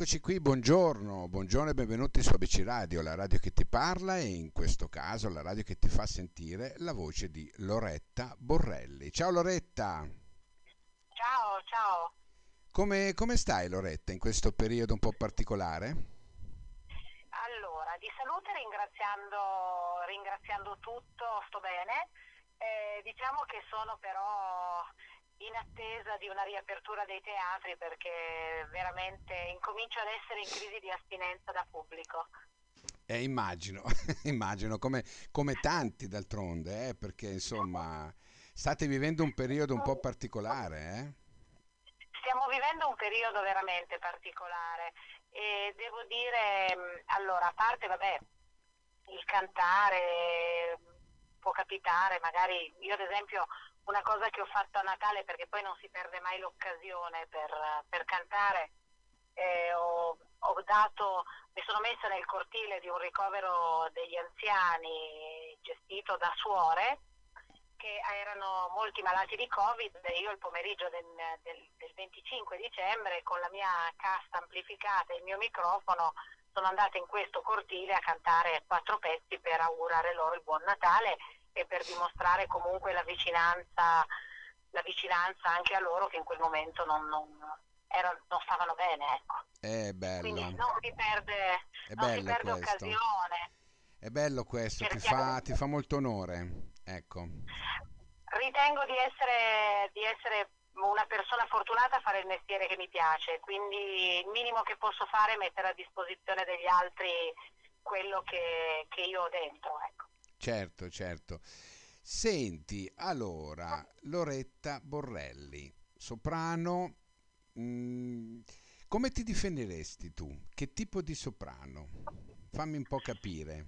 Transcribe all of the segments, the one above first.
Eccoci qui, buongiorno, buongiorno e benvenuti su ABC Radio, la radio che ti parla e in questo caso la radio che ti fa sentire la voce di Loretta Borrelli. Ciao Loretta, Ciao, ciao. come stai Loretta in questo periodo un po' particolare? Allora, di salute ringraziando tutto, sto bene. Diciamo che sono però in attesa di una riapertura dei teatri perché veramente incomincio ad essere in crisi di astinenza da pubblico. Immagino, immagino come tanti d'altronde, perché insomma state vivendo un periodo un po' particolare, eh? Stiamo vivendo un periodo veramente particolare e devo dire, allora, a parte, vabbè, il cantare può capitare, magari io ad esempio una cosa che ho fatto a Natale perché poi non si perde mai l'occasione per cantare, mi sono messa nel cortile di un ricovero degli anziani gestito da suore che erano molti malati di Covid e io il pomeriggio del 25 dicembre con la mia cassa amplificata e il mio microfono sono andata in questo cortile a cantare 4 pezzi per augurare loro il buon Natale e per dimostrare comunque la vicinanza anche a loro che in quel momento non stavano bene, ecco. È Quindi bello, è non si bello perde questo, occasione. è bello questo, Cerchiamo. ti fa molto onore, ecco. Ritengo di essere una persona fortunata a fare il mestiere che mi piace, quindi il minimo che posso fare è mettere a disposizione degli altri quello che io ho dentro, ecco. Certo, certo. Senti, allora, Loretta Borrelli, soprano, mm, come ti definiresti tu? Che tipo di soprano? Fammi un po' capire.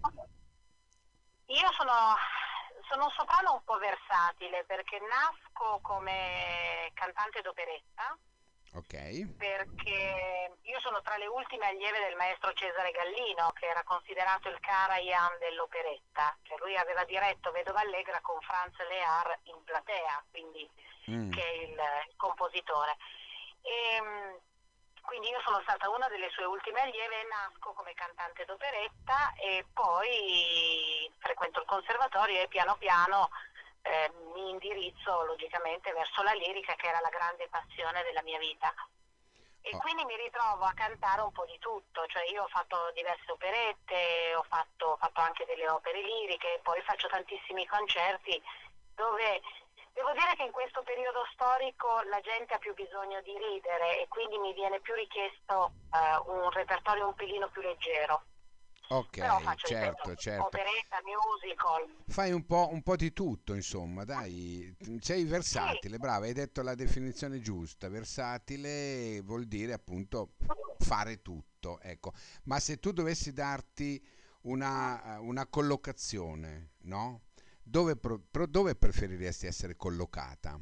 Io sono un soprano un po' versatile perché nasco come cantante d'operetta, Ok? perché io sono tra le ultime allieve del maestro Cesare Gallino, che era considerato il Karajan dell'operetta, cioè lui aveva diretto Vedova Allegra con Franz Lear in platea, quindi Mm. che è il compositore. E, quindi io sono stata una delle sue ultime allieve, nasco come cantante d'operetta e poi frequento il conservatorio e piano piano mi indirizzo logicamente verso la lirica che era la grande passione della mia vita. E Oh, quindi mi ritrovo a cantare un po' di tutto, cioè io ho fatto diverse operette, ho fatto anche delle opere liriche, poi faccio tantissimi concerti dove devo dire che in questo periodo storico la gente ha più bisogno di ridere e quindi mi viene più richiesto un repertorio un pelino più leggero. Però ok, faccio, ripeto, certo, certo. operetta, musical. Fai un po' di tutto, insomma, dai, sei Sì, versatile, brava, hai detto la definizione giusta, versatile vuol dire appunto fare tutto, ecco. Ma se tu dovessi darti una collocazione, no? Dove preferiresti essere collocata?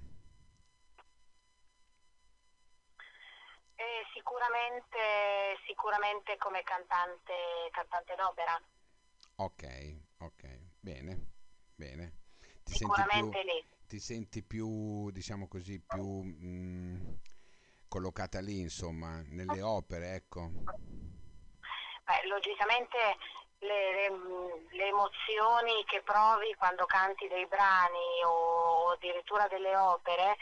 sicuramente come cantante d'opera, Ok, ok, bene, bene. Ti senti più, sicuramente lì. ti senti più, diciamo così, più collocata lì, insomma, nelle opere, ecco. Beh, logicamente le emozioni che provi quando canti dei brani o addirittura delle opere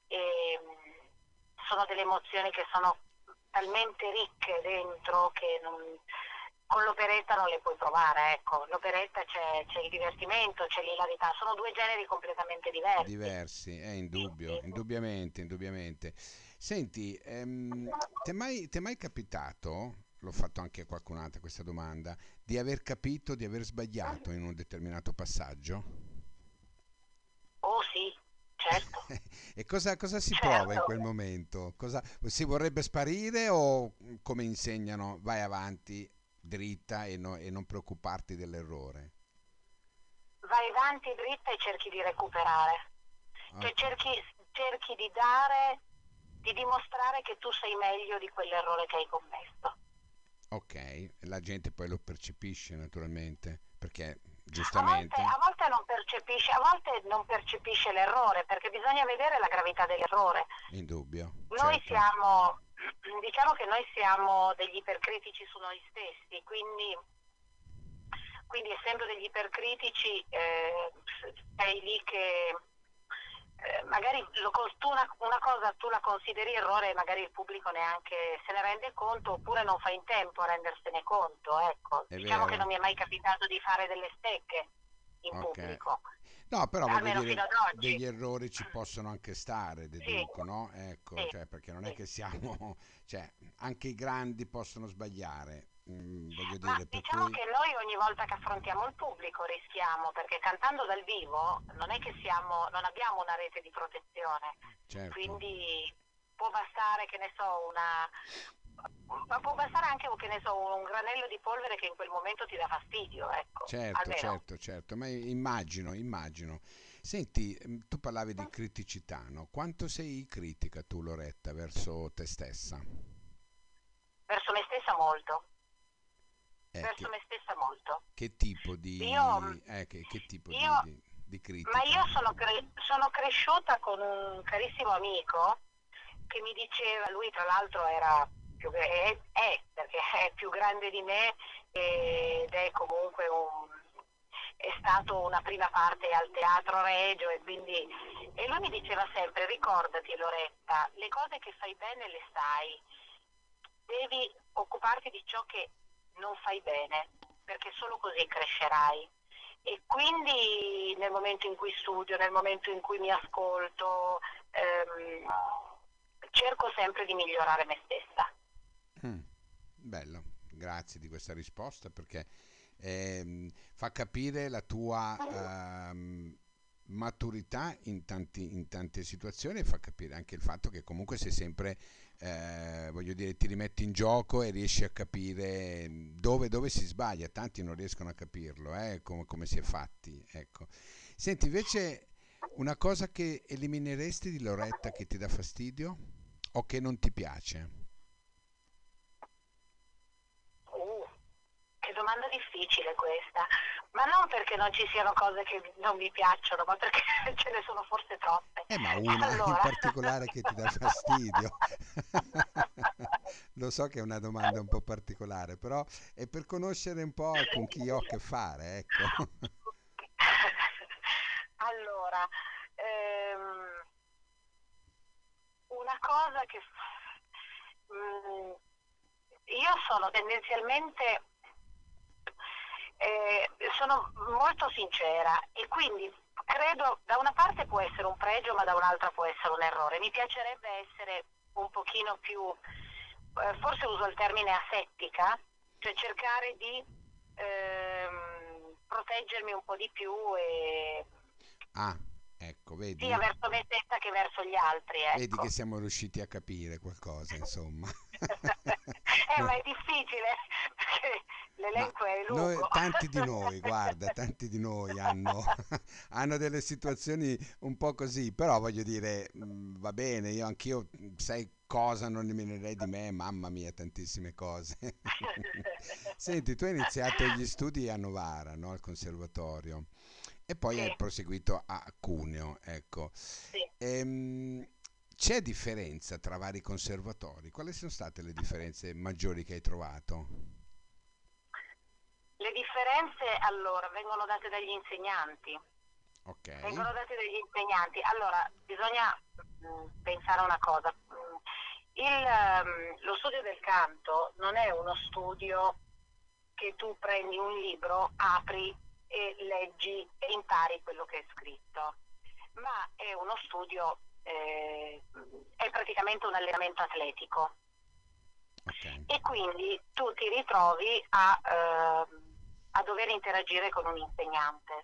sono delle emozioni che sono talmente ricche dentro che con l'operetta non le puoi provare, ecco. L'operetta c'è il divertimento, c'è l'ilarità, sono due generi completamente diversi. Diversi, è indubbio, indubbiamente, indubbiamente. Senti, ti è mai capitato, l'ho fatto anche a qualcun altro questa domanda, di aver capito di aver sbagliato in un determinato passaggio? Oh sì, certo, E cosa si prova in certo. quel momento? Si vorrebbe sparire o come insegnano vai avanti dritta e non preoccuparti dell'errore? Vai avanti dritta e cerchi di recuperare. Cioè Ok, cerchi di dimostrare che tu sei meglio di quell'errore che hai commesso. ok, la gente poi lo percepisce naturalmente perché A volte, giustamente, a volte non percepisce l'errore, perché bisogna vedere la gravità dell'errore. indubbio, Noi certo. siamo, diciamo che noi siamo degli ipercritici su noi stessi, quindi essendo degli ipercritici sei lì che magari una cosa tu la consideri errore e magari il pubblico neanche se ne rende conto oppure non fa in tempo a rendersene conto, ecco. È Diciamo che vero. non mi è mai capitato di fare delle stecche in Ok. pubblico, No, però voglio almeno fino dire, ad oggi. degli errori ci possono anche stare, Sì, deduco, no? Ecco, sì, cioè, perché non è sì. che siamo, cioè, anche i grandi possono sbagliare, voglio Ma dire, per diciamo cui, che noi ogni volta che affrontiamo il pubblico rischiamo, perché cantando dal vivo non è che non abbiamo una rete di protezione, certo, quindi può bastare, che ne so, ma può bastare anche, che ne so, un granello di polvere che in quel momento ti dà fastidio, ecco, certo, almeno. certo, certo, ma immagino, immagino. Senti, tu parlavi di criticità, no? Quanto sei critica tu, Loretta, verso te stessa? Verso me stessa molto, verso Che, me stessa molto. che tipo Io, che tipo io, di ma critica? io sono cresciuta con un carissimo amico che mi diceva, lui tra l'altro perché è più grande di me ed è comunque è stato una prima parte al Teatro Regio e lui mi diceva sempre, ricordati Loretta, le cose che fai bene le sai, devi occuparti di ciò che non fai bene, perché solo così crescerai. E quindi nel momento in cui studio, nel momento in cui mi ascolto, cerco sempre di migliorare me stessa. Mm, bello, grazie di questa risposta perché fa capire la tua maturità in tante situazioni e fa capire anche il fatto che comunque sei sempre, voglio dire, ti rimetti in gioco e riesci a capire dove si sbaglia. Tanti non riescono a capirlo, come si è fatti. Ecco. Senti, invece, una cosa che elimineresti di Loretta che ti dà fastidio o che non ti piace? Uh, che domanda difficile questa, ma non perché non ci siano cose che non mi piacciono, ma perché ce ne sono forse troppe. Ma una in Allora, particolare che ti dà fastidio. Lo so che è una domanda un po' particolare, però è per conoscere un po' con chi ho a che fare, ecco. allora, una cosa che mm, io sono tendenzialmente sono molto sincera e quindi credo da una parte può essere un pregio ma da un'altra può essere un errore. Mi piacerebbe essere un pochino più, forse uso il termine asettica, cioè cercare di proteggermi un po' di più e Ah, ecco, sia vedi? verso me stessa che verso gli altri, Vedi che ecco. siamo riusciti a capire qualcosa, insomma. Ma è difficile perché Ma l'elenco è noi, lungo. tanti di noi, guarda, tanti di noi hanno, hanno delle situazioni un po' così, però voglio dire, va bene, io anch'io, sai cosa non eliminerei di me? Mamma mia, tantissime cose. Senti, tu hai iniziato gli studi a Novara, no? Al conservatorio, e poi Sì, hai proseguito a Cuneo, ecco. sì. Ehm, c'è differenza tra vari conservatori? Quali sono state le differenze maggiori che hai trovato? Le differenze allora vengono date dagli insegnanti. Ok, Vengono date dagli insegnanti. Allora, bisogna pensare a una cosa. Lo studio del canto non è uno studio che tu prendi un libro, apri e leggi e impari quello che è scritto, ma è uno studio, è praticamente un allenamento atletico ok. e quindi tu ti ritrovi a dover interagire con un insegnante.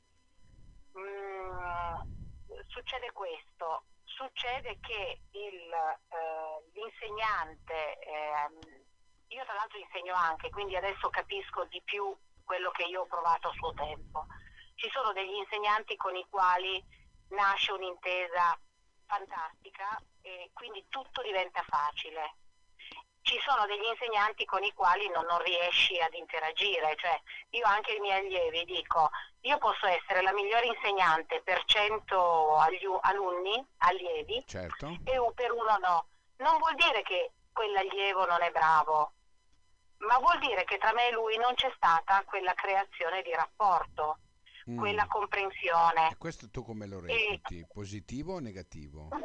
Mm, succede questo, succede che l'insegnante, io tra l'altro insegno anche, quindi adesso capisco di più quello che io ho provato a suo tempo. Ci sono degli insegnanti con i quali nasce un'intesa fantastica e quindi tutto diventa facile. Ci sono degli insegnanti con i quali non riesci ad interagire, cioè io anche ai miei allievi dico, io posso essere la migliore insegnante per 100 alunni, allievi, Certo, e per uno no. Non vuol dire che quell'allievo non è bravo, ma vuol dire che tra me e lui non c'è stata quella creazione di rapporto, Mm. quella comprensione. E questo tu come lo E reputi? Positivo o negativo?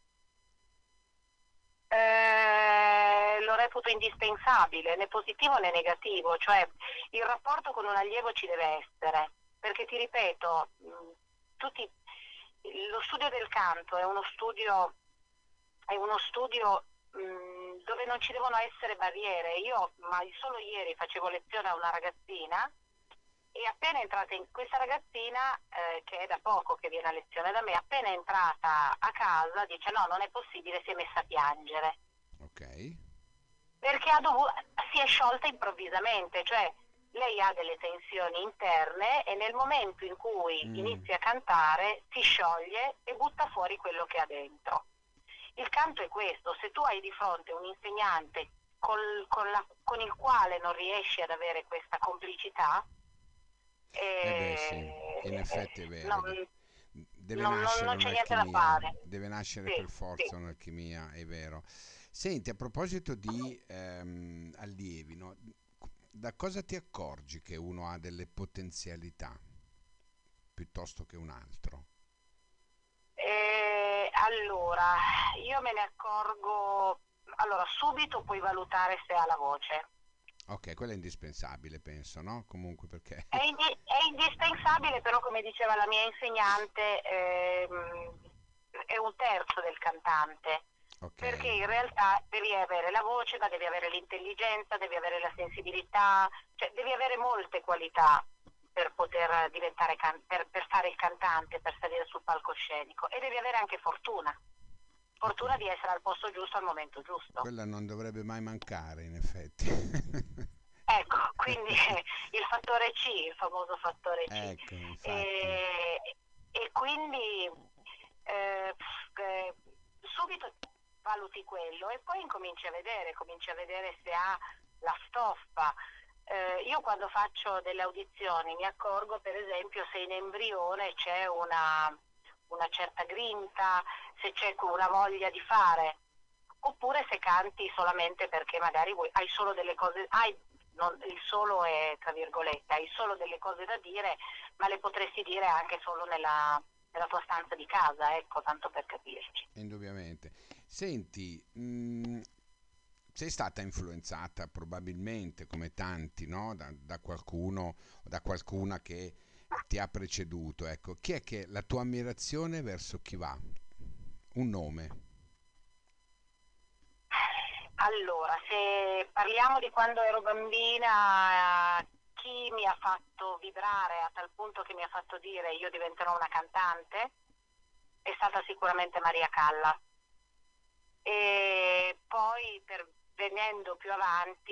lo reputo indispensabile, né positivo né negativo, cioè il rapporto con un allievo ci deve essere, perché ti ripeto, tutti, lo studio del canto è uno studio dove non ci devono essere barriere. Io, ma solo ieri facevo lezione a una ragazzina e appena entrata in questa ragazzina, che è da poco che viene a lezione da me, appena entrata a casa dice no, non è possibile, si è messa a piangere Ok. perché si è sciolta improvvisamente, cioè lei ha delle tensioni interne e nel momento in cui Mm. inizia a cantare si scioglie e butta fuori quello che ha dentro. Il canto è questo, se tu hai di fronte un insegnante con il quale non riesci ad avere questa complicità, Eh beh sì, in eh, effetti è vero. non, Deve nascere non c'è niente da un'alchimia, fare. deve nascere Sì, per sì. forza un'alchimia, è vero. Senti, a proposito di allievi, no? Da cosa ti accorgi che uno ha delle potenzialità piuttosto che un altro? Allora, io me ne accorgo, allora subito puoi valutare se ha la voce. Ok, quello è indispensabile, penso, no? Comunque perché... È indispensabile, però come diceva la mia insegnante, è un terzo del cantante, Ok, perché in realtà devi avere la voce, ma devi avere l'intelligenza, devi avere la sensibilità, cioè devi avere molte qualità per poter per fare il cantante, per salire sul palcoscenico e devi avere anche fortuna, ok. fortuna di essere al posto giusto al momento giusto. Quella non dovrebbe mai mancare, in effetti. Ecco, quindi il fattore C, il famoso fattore C. Ecco, infatti. E quindi subito valuti quello e poi cominci a vedere se ha la stoffa. Io quando faccio delle audizioni mi accorgo per esempio se in embrione c'è una certa grinta, se c'è una voglia di fare, oppure se canti solamente perché magari hai solo delle cose, il solo è tra virgolette, hai solo delle cose da dire, ma le potresti dire anche solo nella tua stanza di casa, ecco, tanto per capirci. Indubbiamente. Senti, sei stata influenzata probabilmente, come tanti, no? Da qualcuno o da qualcuna che ti ha preceduto. Ecco, chi è che la tua ammirazione verso chi va? Un nome. Allora, se parliamo di quando ero bambina, chi mi ha fatto vibrare a tal punto che mi ha fatto dire io diventerò una cantante è stata sicuramente Maria Callas. E poi venendo più avanti,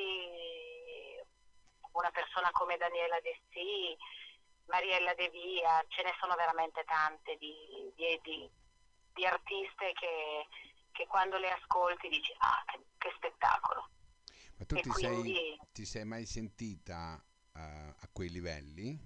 una persona come Daniela Dessì, Mariella De Via, ce ne sono veramente tante di artiste che quando le ascolti dici ah, che spettacolo. Ma tu E quindi ti sei mai sentita a quei livelli?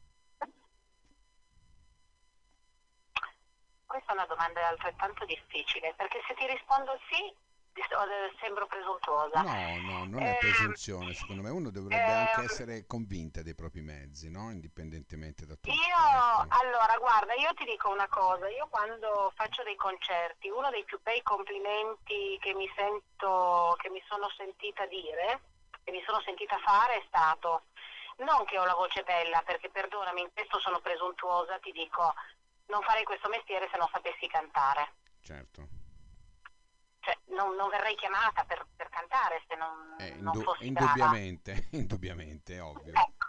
questa è una domanda altrettanto difficile, perché se ti rispondo sì, sembro presuntuosa. No, no, non è Ehm, presunzione. Secondo me uno dovrebbe anche ehm, essere convinta dei propri mezzi, no? Indipendentemente da Io, tutto, ecco. allora, guarda, io ti dico una cosa, io quando faccio dei concerti, uno dei più bei complimenti che mi sento, che mi sono sentita dire, che mi sono sentita fare è stato, non che ho la voce bella, perché perdonami, in questo sono presuntuosa, ti dico, non farei questo mestiere se non sapessi cantare. Certo. Cioè, non verrei chiamata per cantare se non fossi brava. Indubbiamente, indubbiamente, è ovvio. Ecco.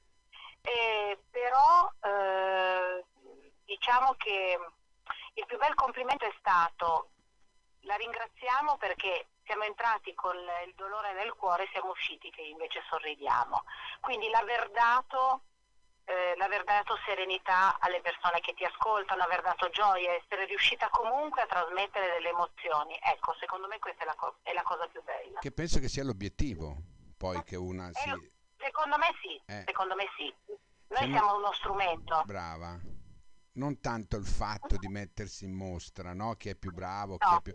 Però diciamo che il più bel complimento è stato la ringraziamo perché siamo entrati con il dolore nel cuore e siamo usciti che invece sorridiamo. Quindi l'aver dato serenità alle persone che ti ascoltano, aver dato gioia, essere riuscita comunque a trasmettere delle emozioni. Ecco, secondo me questa è la cosa più bella. Che penso che sia l'obiettivo, poi che una E si... secondo me sì, Eh, secondo me sì. Noi se no, siamo uno strumento. brava. Non tanto il fatto di mettersi in mostra, no? Chi è più bravo, chi è No, più...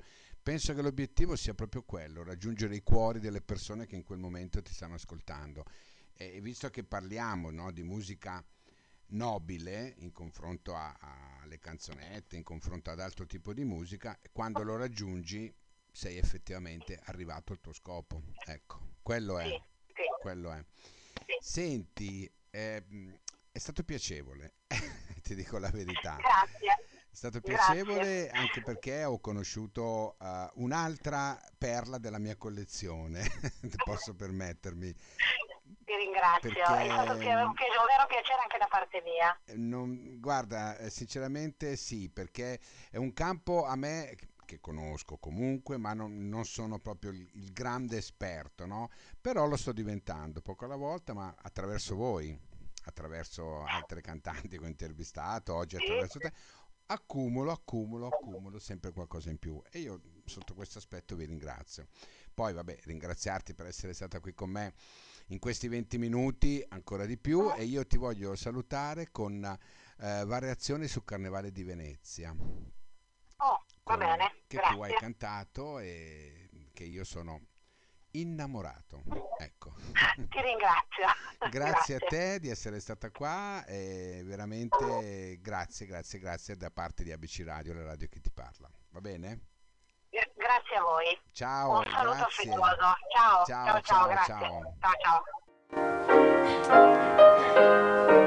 penso che l'obiettivo sia proprio quello, raggiungere i cuori delle persone che in quel momento ti stanno ascoltando. E visto che parliamo, no, di musica nobile in confronto alle canzonette, in confronto ad altro tipo di musica, quando lo raggiungi sei effettivamente arrivato al tuo scopo. Ecco, quello è, Sì, sì, quello è. sì. Senti, è stato piacevole, ti dico la verità. Grazie, È stato grazie. piacevole anche perché ho conosciuto un'altra perla della mia collezione, posso permettermi, Ti ringrazio, è stato perché un vero piacere anche da parte mia. guarda, sinceramente sì, perché è un campo a me che conosco comunque, ma non sono proprio il grande esperto, no? Però lo sto diventando poco alla volta, ma attraverso voi, attraverso altre cantanti che ho intervistato, oggi Sì, attraverso te, accumulo sempre qualcosa in più e io sotto questo aspetto vi ringrazio. Poi vabbè, ringraziarti per essere stata qui con me in questi 20 minuti ancora di più e io ti voglio salutare con variazioni sul Carnevale di Venezia oh, va bene, che tu hai grazie. cantato e che io sono innamorato. Ecco. Ti ringrazio, Grazie a grazie. te di essere stata qua e veramente grazie da parte di ABC Radio, la radio che ti parla. Va bene? Grazie a voi. Un Ciao, saluto grazie. affettuoso. Ciao, Ciao, ciao, ciao, ciao, grazie. ciao. Ciao, ciao.